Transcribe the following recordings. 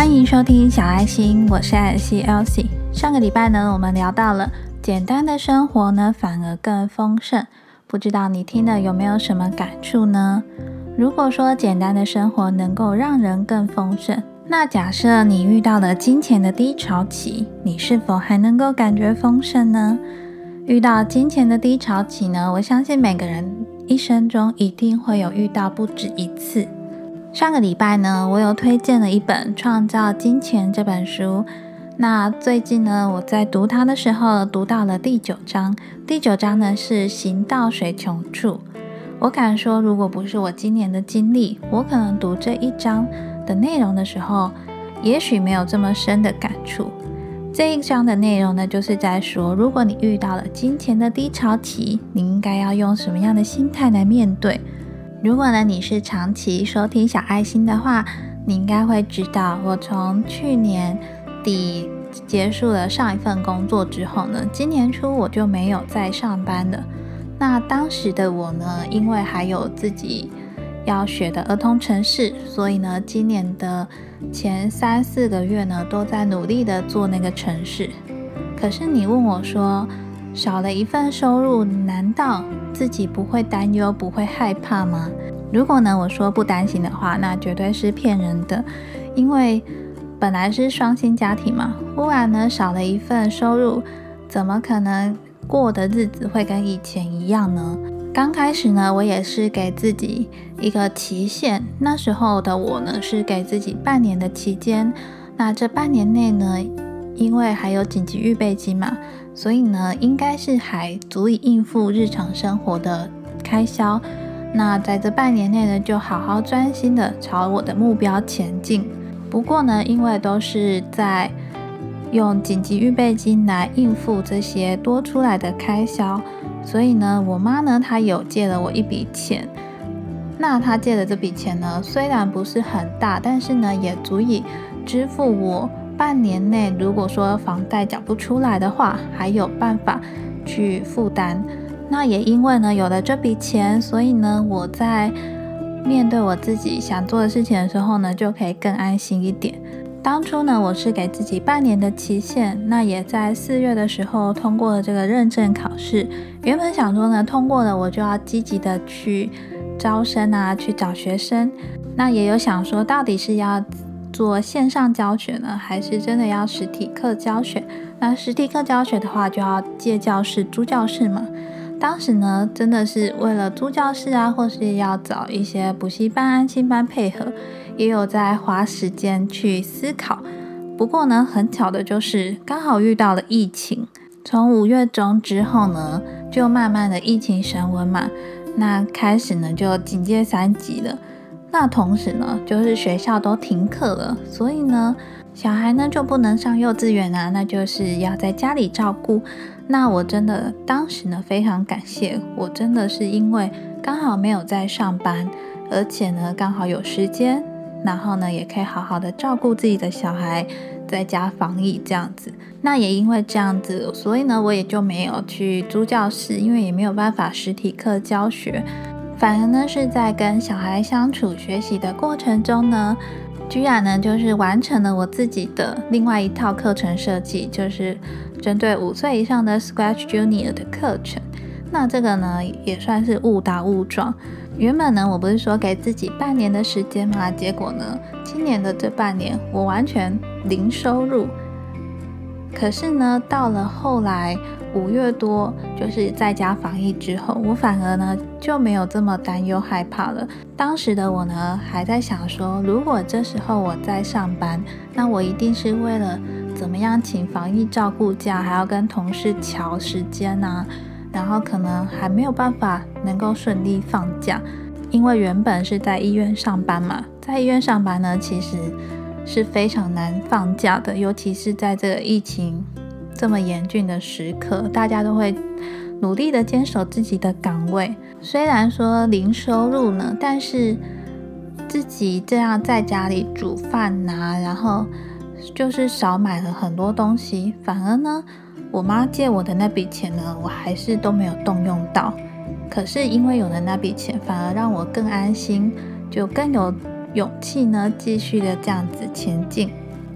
欢迎收听小爱心，我是艾尔西 Elsie。上个礼拜呢，我们聊到了简单的生活呢，反而更丰盛。不知道你听了有没有什么感触呢？如果说简单的生活能够让人更丰盛，那假设你遇到了金钱的低潮期，你是否还能够感觉丰盛呢？遇到金钱的低潮期呢，我相信每个人一生中一定会有遇到不止一次。上个礼拜呢，我有推荐了一本《创造金钱》这本书。那最近呢，我在读它的时候，读到了第9章。第9章呢是行到水穷处。我敢说，如果不是我今年的经历，我可能读这一章的内容的时候，也许没有这么深的感触。这一章的内容呢，就是在说，如果你遇到了金钱的低潮期，你应该要用什么样的心态来面对。如果呢你是长期收听小爱心的话，你应该会知道，我从去年底结束了上一份工作之后呢，今年初我就没有再上班了。那当时的我呢，因为还有自己要学的儿童程式，所以呢今年的前3-4个月呢，都在努力的做那个程式。可是你问我说，少了一份收入，难道自己不会担忧，不会害怕吗？如果呢我说不担心的话，那绝对是骗人的。因为本来是双薪家庭嘛，忽然呢少了一份收入，怎么可能过的日子会跟以前一样呢？刚开始呢，我也是给自己一个期限，那时候的我呢是给自己半年的期间。那这半年内呢，因为还有紧急预备金嘛，所以呢应该是还足以应付日常生活的开销。那在这半年内呢，就好好专心的朝我的目标前进。不过呢，因为都是在用紧急预备金来应付这些多出来的开销，所以呢我妈呢她有借了我一笔钱。那她借的这笔钱呢，虽然不是很大，但是呢也足以支付我半年内如果说房贷缴不出来的话，还有办法去负担。那也因为呢有了这笔钱，所以呢我在面对我自己想做的事情的时候呢，就可以更安心一点。当初呢我是给自己半年的期限，那也在4月的时候通过了这个认证考试。原本想说呢，通过了我就要积极的去招生啊，去找学生。那也有想说，到底是要做线上教学呢，还是真的要实体课教学？那实体课教学的话，就要借教室租教室嘛。当时呢真的是为了租教室啊，或是要找一些补习班、安亲班配合，也有在花时间去思考。不过呢很巧的就是刚好遇到了疫情，从5月中之后呢，就慢慢的疫情升温嘛，那开始呢就警戒3级了。那同时呢就是学校都停课了，所以呢小孩呢就不能上幼稚园啊，那就是要在家里照顾。那我真的当时呢非常感谢，我真的是因为刚好没有在上班，而且呢刚好有时间，然后呢也可以好好的照顾自己的小孩，在家防疫这样子。那也因为这样子，所以呢我也就没有去租教室，因为也没有办法实体课教学。反而呢是在跟小孩相处学习的过程中呢，居然呢就是完成了我自己的另外一套课程设计，就是针对5岁以上的 Scratch Junior 的课程。那这个呢也算是误打误撞。原本呢我不是说给自己半年的时间嘛，结果呢今年的这半年我完全零收入。可是呢到了后来5月多，就是在家防疫之后，我反而呢就没有这么担忧害怕了。当时的我呢还在想说，如果这时候我在上班，那我一定是为了怎么样请防疫照顾假，还要跟同事调时间啊，然后可能还没有办法能够顺利放假。因为原本是在医院上班嘛，在医院上班呢其实是非常难放假的，尤其是在这个疫情这么严峻的时刻，大家都会努力的坚守自己的岗位。虽然说零收入呢，但是自己这样在家里煮饭啊，然后就是少买了很多东西。反而呢我妈借我的那笔钱呢，我还是都没有动用到。可是因为有了那笔钱，反而让我更安心，就更有勇气呢继续的这样子前进。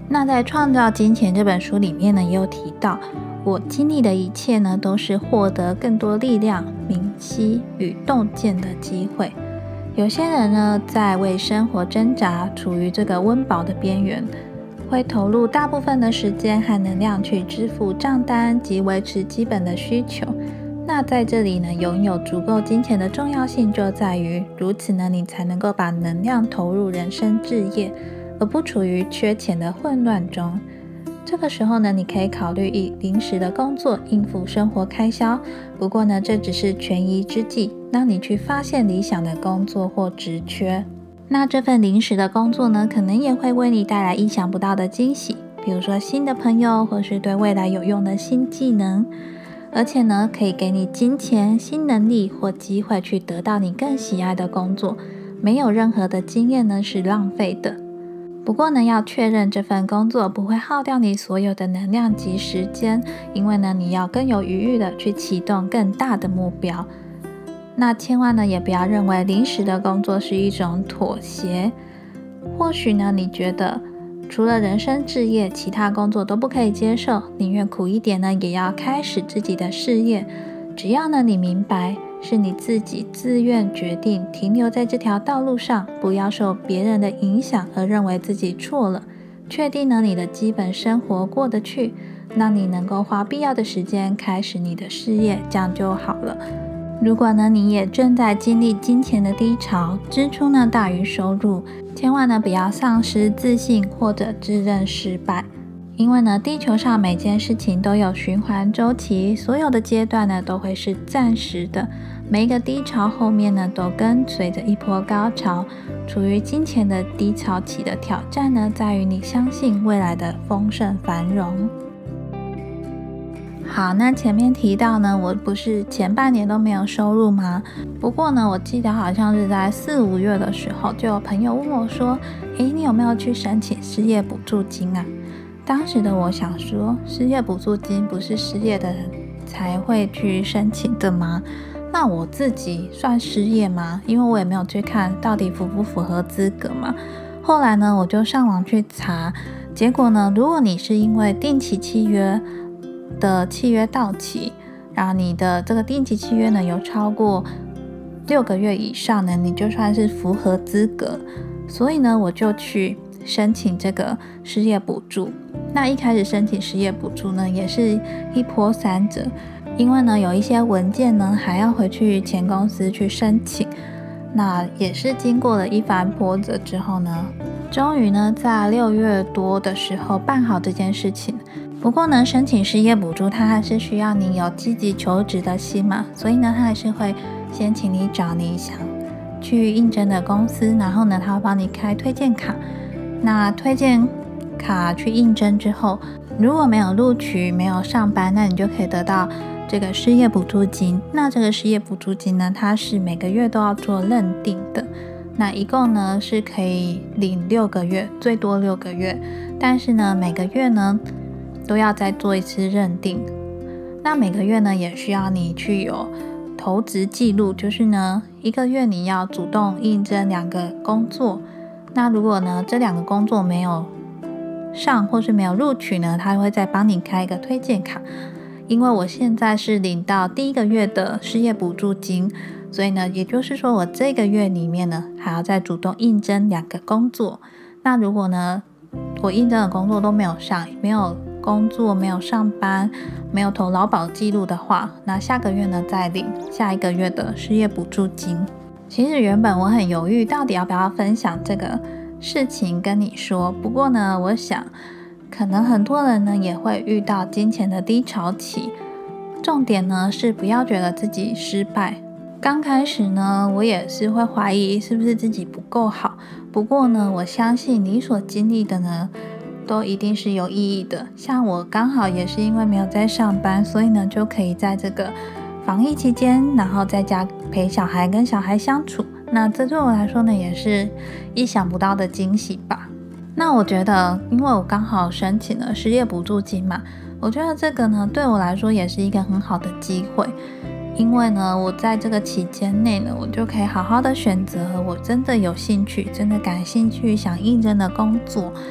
那在《创造金钱》这本书里面呢，也有提到，我经历的一切呢，都是获得更多力量、明晰与洞见的机会。有些人呢，在为生活挣扎，处于这个温饱的边缘，会投入大部分的时间和能量去支付账单及维持基本的需求。那在这里呢，拥有足够金钱的重要性就在于，如此呢，你才能够把能量投入人生志业，而不处于缺钱的混乱中。这个时候呢，你可以考虑以临时的工作应付生活开销，不过呢，这只是权宜之计，让你去发现理想的工作或职缺。那这份临时的工作呢，可能也会为你带来意想不到的惊喜，比如说新的朋友，或是对未来有用的新技能，而且呢，可以给你金钱、新能力或机会去得到你更喜爱的工作，没有任何的经验呢是浪费的。不过呢，要确认这份工作不会耗掉你所有的能量及时间，因为呢，你要更有余裕的去启动更大的目标。那千万呢，也不要认为临时的工作是一种妥协。或许呢，你觉得除了人生志业，其他工作都不可以接受，宁愿苦一点呢，也要开始自己的事业。只要呢，你明白是你自己自愿决定停留在这条道路上，不要受别人的影响而认为自己错了，确定呢你的基本生活过得去，让你能够花必要的时间开始你的事业，这样就好了。如果呢你也正在经历金钱的低潮，支出呢大于收入，千万呢不要丧失自信或者自认失败。因为呢，地球上每件事情都有循环周期，所有的阶段呢都会是暂时的，每一个低潮后面呢都跟随着一波高潮。处于金钱的低潮期的挑战呢，在于你相信未来的丰盛繁荣。好，那前面提到呢，我不是前半年都没有收入吗？不过呢，我记得好像是在4、5月的时候，就有朋友问我说，你有没有去申请失业补助金啊？当时的我想说，失业补助金不是失业的人才会去申请的吗？那我自己算失业吗？因为我也没有去看到底符不符合资格嘛。后来呢，我就上网去查，结果呢，如果你是因为定期契约的契约到期，然后你的这个定期契约呢有超过6个月以上呢，你就算是符合资格。所以呢，我就去申请这个失业补助。那一开始申请失业补助呢，也是一波三折，因为呢有一些文件呢还要回去前公司去申请。那也是经过了一番波折之后呢，终于呢在6月多的时候办好这件事情。不过呢，申请失业补助它还是需要你有积极求职的心嘛，所以呢它还是会先请你找你想去应征的公司，然后呢他会帮你开推荐卡。那推荐卡去应征之后，如果没有录取，没有上班，那你就可以得到这个失业补助金。那这个失业补助金呢，它是每个月都要做认定的。那一共呢是可以领6个月，最多6个月，但是呢每个月呢都要再做一次认定。那每个月呢也需要你去有投资记录，就是呢1个月你要主动应征2个工作。那如果呢这2个工作没有上或是没有录取呢，他会再帮你开一个推荐卡。因为我现在是领到第1个月的失业补助金，所以呢也就是说我这个月里面呢还要再主动应征2个工作。那如果呢我应征的工作都没有上，没有工作，没有上班，没有投劳保记录的话，那下个月呢再领下1个月的失业补助金。其实原本我很犹豫到底要不要分享这个事情跟你说，不过呢我想可能很多人呢也会遇到金钱的低潮期，重点呢是不要觉得自己失败。刚开始呢我也是会怀疑是不是自己不够好，不过呢我相信你所经历的呢都一定是有意义的。像我刚好也是因为没有在上班，所以呢就可以在这个防疫期间，然后在家陪小孩跟小孩相处，那这对我来说呢也是意想不到的惊喜吧。那我觉得因为我刚好申请了失业补助金嘛，我觉得这个呢对我来说也是一个很好的机会。因为呢我在这个期间内呢，我就可以好好的选择我真的有兴趣，真的感兴趣想应征的工作。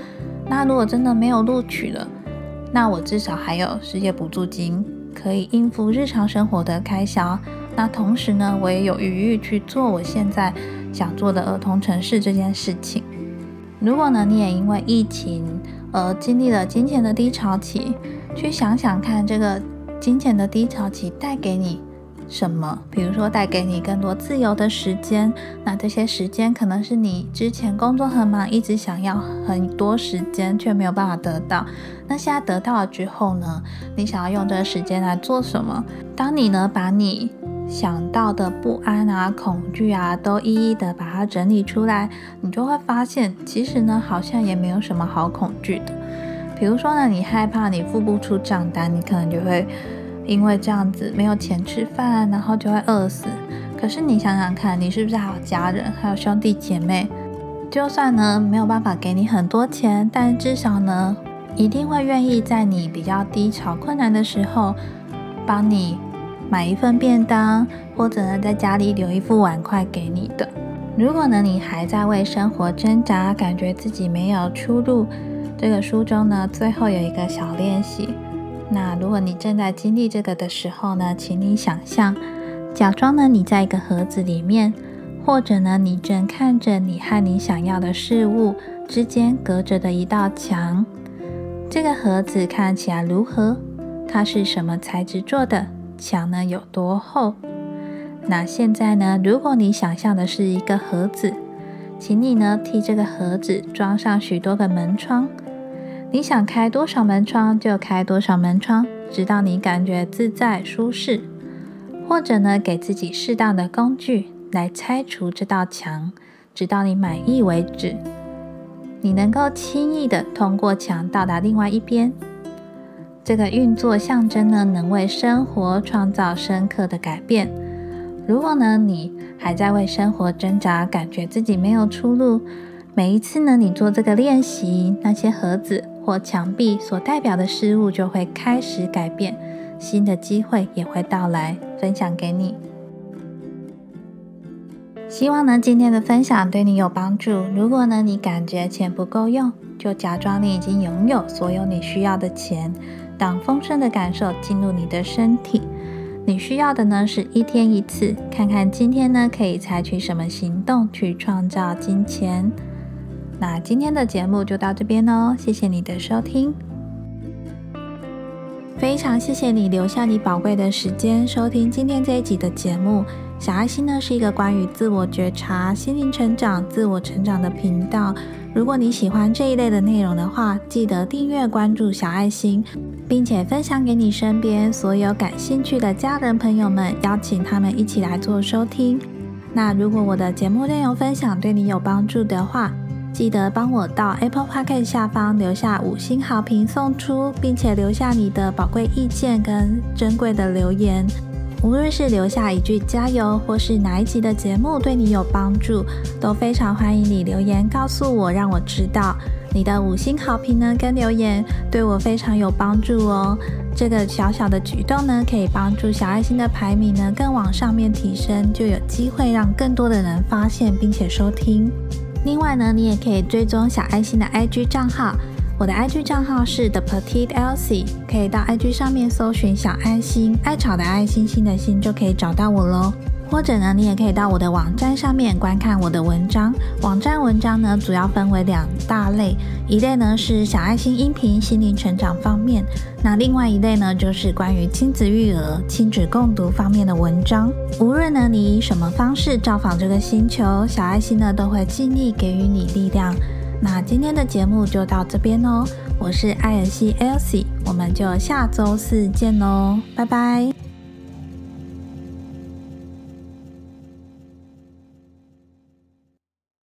那如果真的没有录取了，那我至少还有失业补助金可以应付日常生活的开销。那同时呢，我也有余裕去做我现在想做的儿童城市这件事情。如果呢，你也因为疫情而经历了金钱的低潮期，去想想看这个金钱的低潮期带给你什么，比如说带给你更多自由的时间，那这些时间可能是你之前工作很忙，一直想要很多时间却没有办法得到，那现在得到了之后呢，你想要用这个时间来做什么？当你呢把你想到的不安啊、恐惧啊都一一的把它整理出来，你就会发现其实呢好像也没有什么好恐惧的。比如说呢，你害怕你付不出账单，你可能就会因为这样子没有钱吃饭，然后就会饿死。可是你想想看，你是不是还有家人，还有兄弟姐妹？就算呢没有办法给你很多钱，但至少呢一定会愿意在你比较低潮困难的时候帮你买一份便当，或者呢在家里留一副碗筷给你的。如果呢你还在为生活挣扎，感觉自己没有出路，这个书中呢最后有一个小练习。那如果你正在经历这个的时候呢，请你想象，假装呢你在一个盒子里面，或者呢你正看着你和你想要的事物之间隔着的一道墙。这个盒子看起来如何？它是什么材质做的？墙呢有多厚？那现在呢，如果你想象的是一个盒子，请你呢替这个盒子装上许多个门窗。你想开多少门窗就开多少门窗，直到你感觉自在舒适，或者呢给自己适当的工具来拆除这道墙，直到你满意为止。你能够轻易的通过墙到达另外一边。这个运作象征呢能为生活创造深刻的改变。如果呢你还在为生活挣扎，感觉自己没有出路，每一次呢你做这个练习，那些盒子或墙壁所代表的事物就会开始改变，新的机会也会到来，分享给你。希望呢今天的分享对你有帮助。如果呢你感觉钱不够用，就假装你已经拥有所有你需要的钱，让丰盛的感受进入你的身体。你需要的呢是一天一次，看看今天呢可以采取什么行动去创造金钱。那今天的节目就到这边哦，谢谢你的收听。非常谢谢你留下你宝贵的时间收听今天这一集的节目。小爱心呢是一个关于自我觉察、心灵成长、自我成长的频道。如果你喜欢这一类的内容的话，记得订阅关注小爱心，并且分享给你身边所有感兴趣的家人朋友们，邀请他们一起来做收听。那如果我的节目内容分享对你有帮助的话，记得帮我到 Apple Podcast 下方留下5星好评送出，并且留下你的宝贵意见跟珍贵的留言。无论是留下一句加油，或是哪一集的节目对你有帮助，都非常欢迎你留言告诉我，让我知道。你的5星好评呢跟留言对我非常有帮助哦。这个小小的举动呢，可以帮助小爱心的排名呢更往上面提升，就有机会让更多的人发现并且收听。另外呢，你也可以追踪小爱心的 IG 账号，我的 IG 账号是 The Petite Elsie， 可以到 IG 上面搜寻小爱心，爱草的爱，星星的星，就可以找到我咯。或者呢，你也可以到我的网站上面观看我的文章。网站文章呢主要分为2大类，一类呢是小爱心音频心灵成长方面，那另外一类呢就是关于亲子育儿、亲子共读方面的文章。无论呢你以什么方式造访这个星球，小爱心呢都会尽力给予你力量。那今天的节目就到这边哦，我是艾尔西 Elsie， 我们就下周4见咯，拜拜。